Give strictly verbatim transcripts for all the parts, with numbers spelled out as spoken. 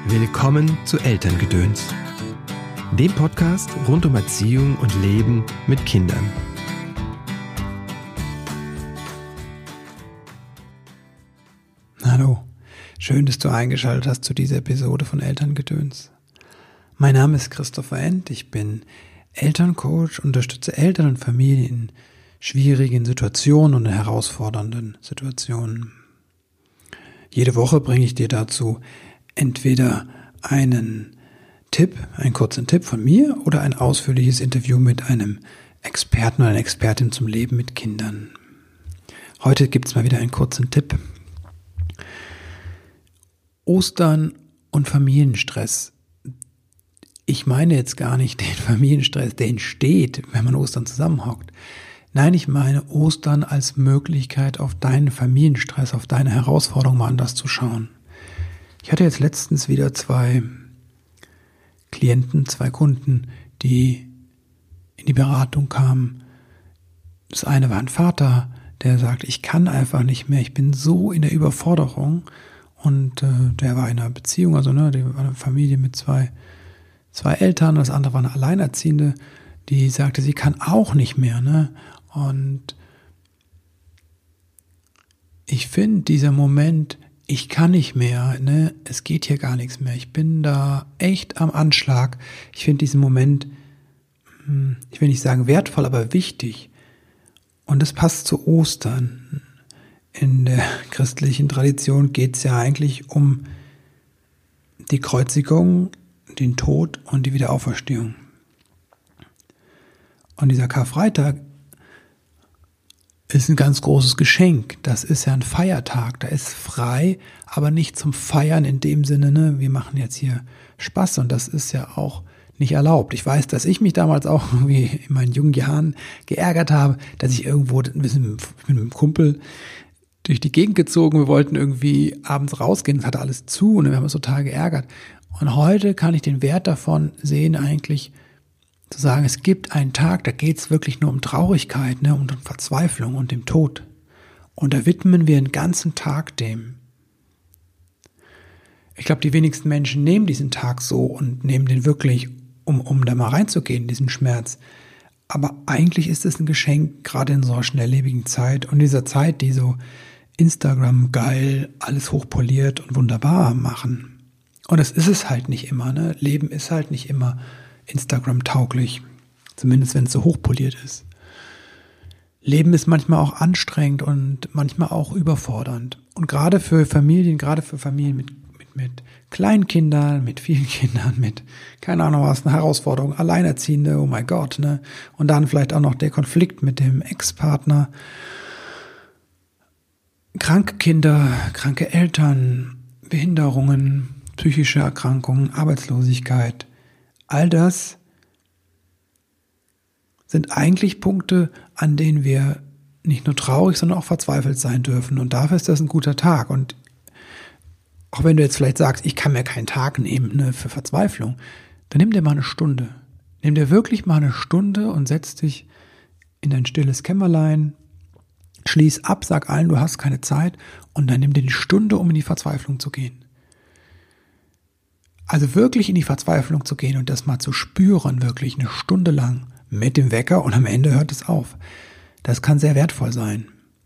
Willkommen zu Elterngedöns, dem Podcast rund um Erziehung und Leben mit Kindern. Hallo, schön, dass du eingeschaltet hast zu dieser Episode von Elterngedöns. Mein Name ist Christopher End, ich bin Elterncoach, unterstütze Eltern und Familien in schwierigen Situationen und in herausfordernden Situationen. Jede Woche bringe ich dir dazu entweder einen Tipp, einen kurzen Tipp von mir oder ein ausführliches Interview mit einem Experten oder einer Expertin zum Leben mit Kindern. Heute gibt es mal wieder einen kurzen Tipp. Ostern und Familienstress. Ich meine jetzt gar nicht den Familienstress, der entsteht, wenn man Ostern zusammenhockt. Nein, ich meine Ostern als Möglichkeit, auf deinen Familienstress, auf deine Herausforderung mal anders zu schauen. Ich hatte jetzt letztens wieder zwei Klienten, zwei Kunden, die in die Beratung kamen. Das eine war ein Vater, der sagt, ich kann einfach nicht mehr, ich bin so in der Überforderung. Und äh, der war in einer Beziehung, also ne, die war eine Familie mit zwei, zwei Eltern. Das andere war eine Alleinerziehende, die sagte, sie kann auch nicht mehr. Ne? Und ich finde dieser Moment, ich kann nicht mehr, ne, es geht hier gar nichts mehr. Ich bin da echt am Anschlag. Ich finde diesen Moment, ich will nicht sagen wertvoll, aber wichtig. Und das passt zu Ostern. In der christlichen Tradition geht es ja eigentlich um die Kreuzigung, den Tod und die Wiederauferstehung. Und dieser Karfreitag ist ein ganz großes Geschenk. Das ist ja ein Feiertag, da ist frei, aber nicht zum Feiern in dem Sinne, ne, wir machen jetzt hier Spaß, und das ist ja auch nicht erlaubt. Ich weiß, dass ich mich damals auch irgendwie in meinen jungen Jahren geärgert habe, dass ich irgendwo ein bisschen mit einem Kumpel durch die Gegend gezogen, wir wollten irgendwie abends rausgehen, es hatte alles zu und wir haben uns total geärgert. Und heute kann ich den Wert davon sehen, eigentlich zu sagen, es gibt einen Tag, da geht es wirklich nur um Traurigkeit, ne, um Verzweiflung und dem Tod. Und da widmen wir einen ganzen Tag dem. Ich glaube, die wenigsten Menschen nehmen diesen Tag so und nehmen den wirklich, um, um da mal reinzugehen, diesen Schmerz. Aber eigentlich ist es ein Geschenk, gerade in so einer schnelllebigen Zeit und dieser Zeit, die so Instagram geil, alles hochpoliert und wunderbar machen. Und das ist es halt nicht immer, ne? Leben ist halt nicht immer Instagram-tauglich, zumindest wenn es so hochpoliert ist. Leben ist manchmal auch anstrengend und manchmal auch überfordernd. Und gerade für Familien, gerade für Familien mit, mit, mit kleinen Kindern, mit vielen Kindern, mit, keine Ahnung was, eine Herausforderung, Alleinerziehende, oh mein Gott, ne? Und dann vielleicht auch noch der Konflikt mit dem Ex-Partner, kranke Kinder, kranke Eltern, Behinderungen, psychische Erkrankungen, Arbeitslosigkeit. All das sind eigentlich Punkte, an denen wir nicht nur traurig, sondern auch verzweifelt sein dürfen. Und dafür ist das ein guter Tag. Und auch wenn du jetzt vielleicht sagst, ich kann mir keinen Tag nehmen, ne, für Verzweiflung, dann nimm dir mal eine Stunde. Nimm dir wirklich mal eine Stunde und setz dich in dein stilles Kämmerlein, schließ ab, sag allen, du hast keine Zeit, und dann nimm dir die Stunde, um in die Verzweiflung zu gehen. Also wirklich in die Verzweiflung zu gehen und das mal zu spüren, wirklich eine Stunde lang mit dem Wecker, und am Ende hört es auf. Das kann sehr wertvoll sein.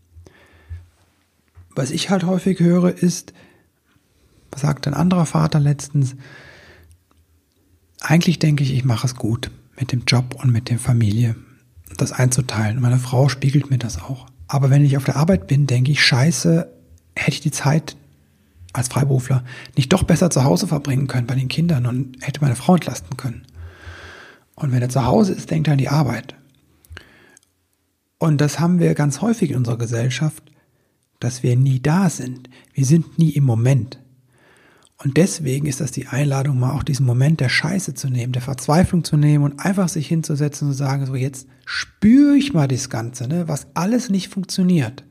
Was ich halt häufig höre ist, was sagt ein anderer Vater letztens, eigentlich denke ich, ich mache es gut mit dem Job und mit der Familie, das einzuteilen. Meine Frau spiegelt mir das auch. Aber wenn ich auf der Arbeit bin, denke ich, scheiße, hätte ich die Zeit als Freiberufler nicht doch besser zu Hause verbringen können bei den Kindern und hätte meine Frau entlasten können. Und wenn er zu Hause ist, denkt er an die Arbeit. Und das haben wir ganz häufig in unserer Gesellschaft, dass wir nie da sind. Wir sind nie im Moment. Und deswegen ist das die Einladung, mal auch diesen Moment der Scheiße zu nehmen, der Verzweiflung zu nehmen und einfach sich hinzusetzen und zu sagen, so jetzt spüre ich mal das Ganze, ne, was alles nicht funktioniert.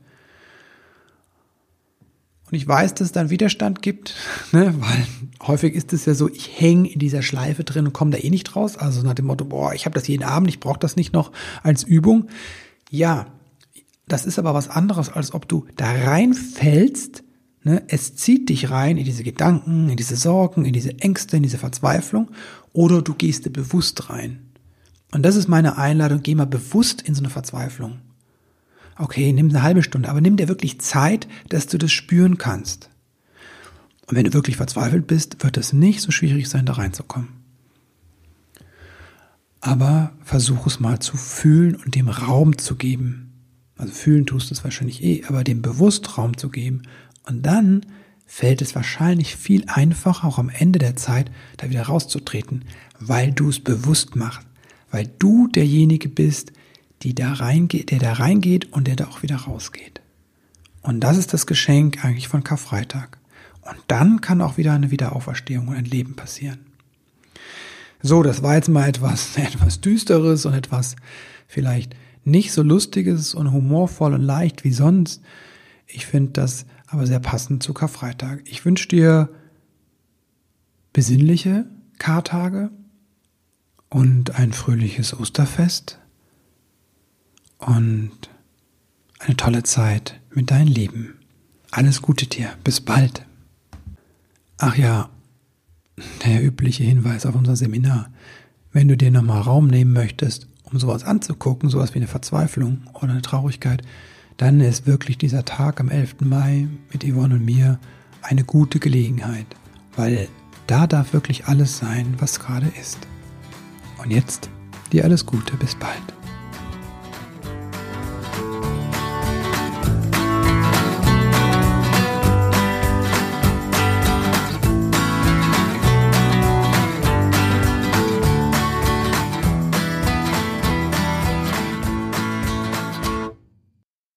Und ich weiß, dass es dann Widerstand gibt, ne, weil häufig ist es ja so, ich hänge in dieser Schleife drin und komme da eh nicht raus. Also nach dem Motto, boah, ich habe das jeden Abend, ich brauche das nicht noch als Übung. Ja, das ist aber was anderes, als ob du da reinfällst, Ne? Es zieht dich rein in diese Gedanken, in diese Sorgen, in diese Ängste, in diese Verzweiflung, oder du gehst da bewusst rein. Und das ist meine Einladung, geh mal bewusst in so eine Verzweiflung. Okay, nimm eine halbe Stunde, aber nimm dir wirklich Zeit, dass du das spüren kannst. Und wenn du wirklich verzweifelt bist, wird es nicht so schwierig sein, da reinzukommen. Aber versuch es mal zu fühlen und dem Raum zu geben. Also fühlen tust du es wahrscheinlich eh, aber dem bewusst Raum zu geben. Und dann fällt es wahrscheinlich viel einfacher, auch am Ende der Zeit, da wieder rauszutreten, weil du es bewusst machst. Weil du derjenige bist, die da reingeht, der da reingeht und der da auch wieder rausgeht. Und das ist das Geschenk eigentlich von Karfreitag. Und dann kann auch wieder eine Wiederauferstehung und ein Leben passieren. So, das war jetzt mal etwas, etwas Düsteres und etwas vielleicht nicht so Lustiges und humorvoll und leicht wie sonst. Ich finde das aber sehr passend zu Karfreitag. Ich wünsche dir besinnliche Kartage und ein fröhliches Osterfest und eine tolle Zeit mit deinen Lieben. Alles Gute dir. Bis bald. Ach ja, der übliche Hinweis auf unser Seminar. Wenn du dir nochmal Raum nehmen möchtest, um sowas anzugucken, sowas wie eine Verzweiflung oder eine Traurigkeit, dann ist wirklich dieser Tag am elften Mai mit Yvonne und mir eine gute Gelegenheit, weil da darf wirklich alles sein, was gerade ist. Und jetzt dir alles Gute, bis bald.